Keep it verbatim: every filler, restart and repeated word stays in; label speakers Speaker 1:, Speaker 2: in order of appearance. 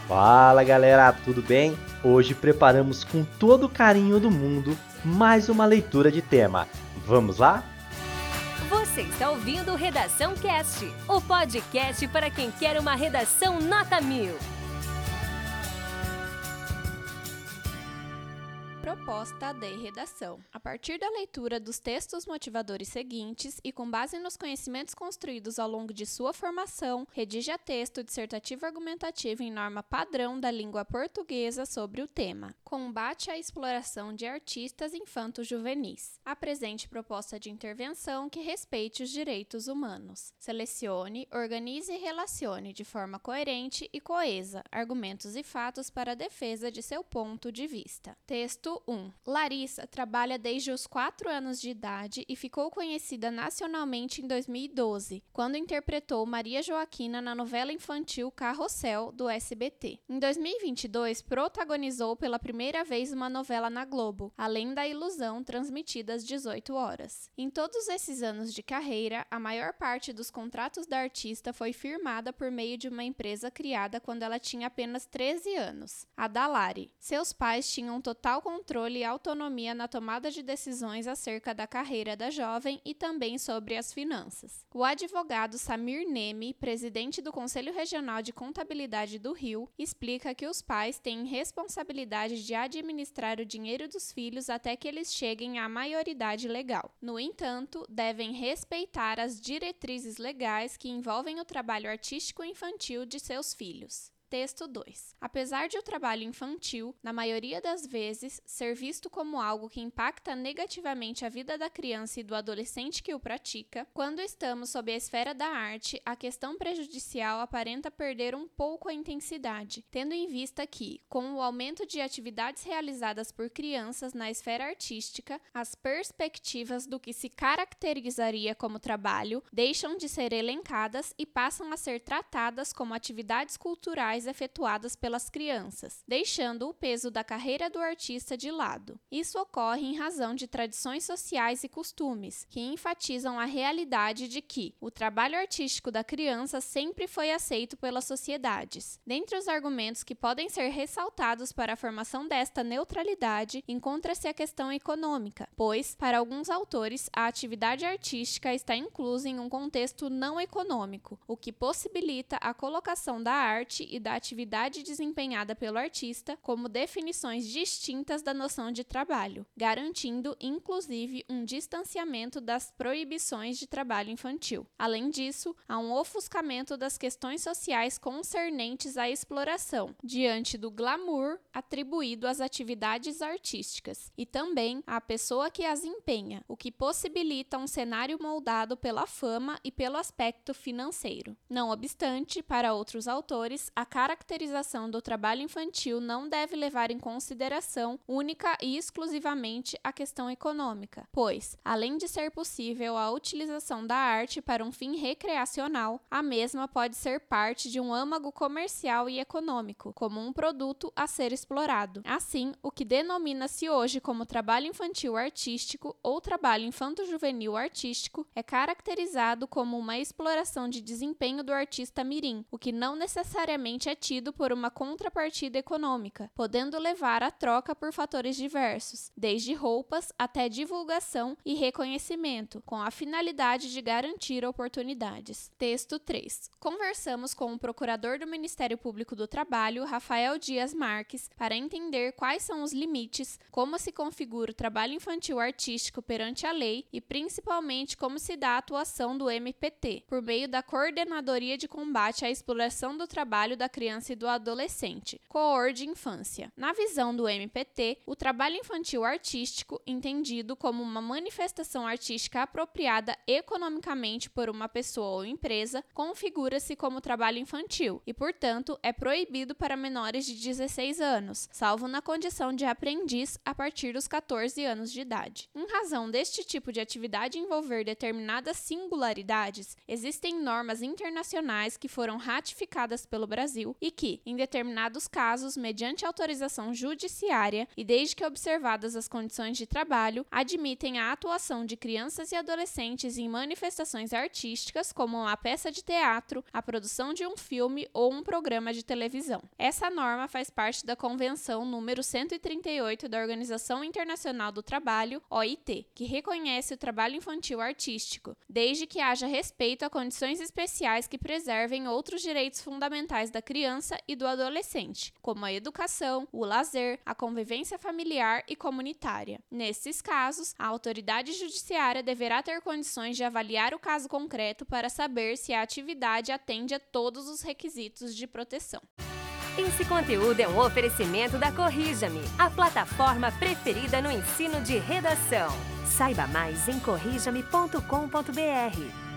Speaker 1: Fala galera, tudo bem? Hoje preparamos com todo o carinho do mundo mais uma leitura de tema. Vamos lá?
Speaker 2: Você está ouvindo Redação Cast, o podcast para quem quer uma redação nota mil.
Speaker 3: Proposta de redação. A partir da leitura dos textos motivadores seguintes e com base nos conhecimentos construídos ao longo de sua formação, redija texto dissertativo argumentativo em norma padrão da língua portuguesa sobre o tema. Combate à exploração de artistas infanto-juvenis. Apresente proposta de intervenção que respeite os direitos humanos. Selecione, organize e relacione de forma coerente e coesa argumentos e fatos para a defesa de seu ponto de vista. Texto um. Larissa trabalha desde os quatro anos de idade e ficou conhecida nacionalmente em dois mil e doze, quando interpretou Maria Joaquina na novela infantil Carrossel, do S B T. Em dois mil e vinte e dois, protagonizou pela primeira vez uma novela na Globo, Além da Ilusão, transmitida às dezoito horas. Em todos esses anos de carreira, a maior parte dos contratos da artista foi firmada por meio de uma empresa criada quando ela tinha apenas treze anos, a Dalari. Seus pais tinham total controle controle e autonomia na tomada de decisões acerca da carreira da jovem e também sobre as finanças. O advogado Samir Nemi, presidente do Conselho Regional de Contabilidade do Rio, explica que os pais têm responsabilidade de administrar o dinheiro dos filhos até que eles cheguem à maioridade legal. No entanto, devem respeitar as diretrizes legais que envolvem o trabalho artístico infantil de seus filhos. Texto dois. Apesar de o trabalho infantil, na maioria das vezes, ser visto como algo que impacta negativamente a vida da criança e do adolescente que o pratica, quando estamos sob a esfera da arte, a questão prejudicial aparenta perder um pouco a intensidade, tendo em vista que, com o aumento de atividades realizadas por crianças na esfera artística, as perspectivas do que se caracterizaria como trabalho deixam de ser elencadas e passam a ser tratadas como atividades culturais efetuadas pelas crianças, deixando o peso da carreira do artista de lado. Isso ocorre em razão de tradições sociais e costumes, que enfatizam a realidade de que o trabalho artístico da criança sempre foi aceito pelas sociedades. Dentre os argumentos que podem ser ressaltados para a formação desta neutralidade, encontra-se a questão econômica, pois, para alguns autores, a atividade artística está inclusa em um contexto não econômico, o que possibilita a colocação da arte e da da atividade desempenhada pelo artista como definições distintas da noção de trabalho, garantindo, inclusive, um distanciamento das proibições de trabalho infantil. Além disso, há um ofuscamento das questões sociais concernentes à exploração, diante do glamour atribuído às atividades artísticas, e também à pessoa que as empenha, o que possibilita um cenário moldado pela fama e pelo aspecto financeiro. Não obstante, para outros autores, a caracterização do trabalho infantil não deve levar em consideração única e exclusivamente a questão econômica, pois, além de ser possível a utilização da arte para um fim recreacional, a mesma pode ser parte de um âmago comercial e econômico, como um produto a ser explorado. Assim, o que denomina-se hoje como trabalho infantil artístico ou trabalho infanto-juvenil artístico é caracterizado como uma exploração de desempenho do artista mirim, o que não necessariamente é tido por uma contrapartida econômica, podendo levar à troca por fatores diversos, desde roupas até divulgação e reconhecimento, com a finalidade de garantir oportunidades. Texto três. Conversamos com o procurador do Ministério Público do Trabalho, Rafael Dias Marques, para entender quais são os limites, como se configura o trabalho infantil artístico perante a lei e, principalmente, como se dá a atuação do M P T, por meio da Coordenadoria de Combate à Exploração do Trabalho da Criança e do Adolescente, Coor de Infância. Na visão do M P T, o trabalho infantil artístico, entendido como uma manifestação artística apropriada economicamente por uma pessoa ou empresa, configura-se como trabalho infantil e, portanto, é proibido para menores de dezesseis anos, salvo na condição de aprendiz a partir dos catorze anos de idade. Em razão deste tipo de atividade envolver determinadas singularidades, existem normas internacionais que foram ratificadas pelo Brasil civil e que, em determinados casos, mediante autorização judiciária e desde que observadas as condições de trabalho, admitem a atuação de crianças e adolescentes em manifestações artísticas, como uma peça de teatro, a produção de um filme ou um programa de televisão. Essa norma faz parte da Convenção número cento e trinta e oito da Organização Internacional do Trabalho, O I T, que reconhece o trabalho infantil artístico, desde que haja respeito a condições especiais que preservem outros direitos fundamentais da criança e do adolescente, como a educação, o lazer, a convivência familiar e comunitária. Nesses casos, a autoridade judiciária deverá ter condições de avaliar o caso concreto para saber se a atividade atende a todos os requisitos de proteção.
Speaker 2: Esse conteúdo é um oferecimento da Corrija-me, a plataforma preferida no ensino de redação. Saiba mais em corrija me ponto com ponto br.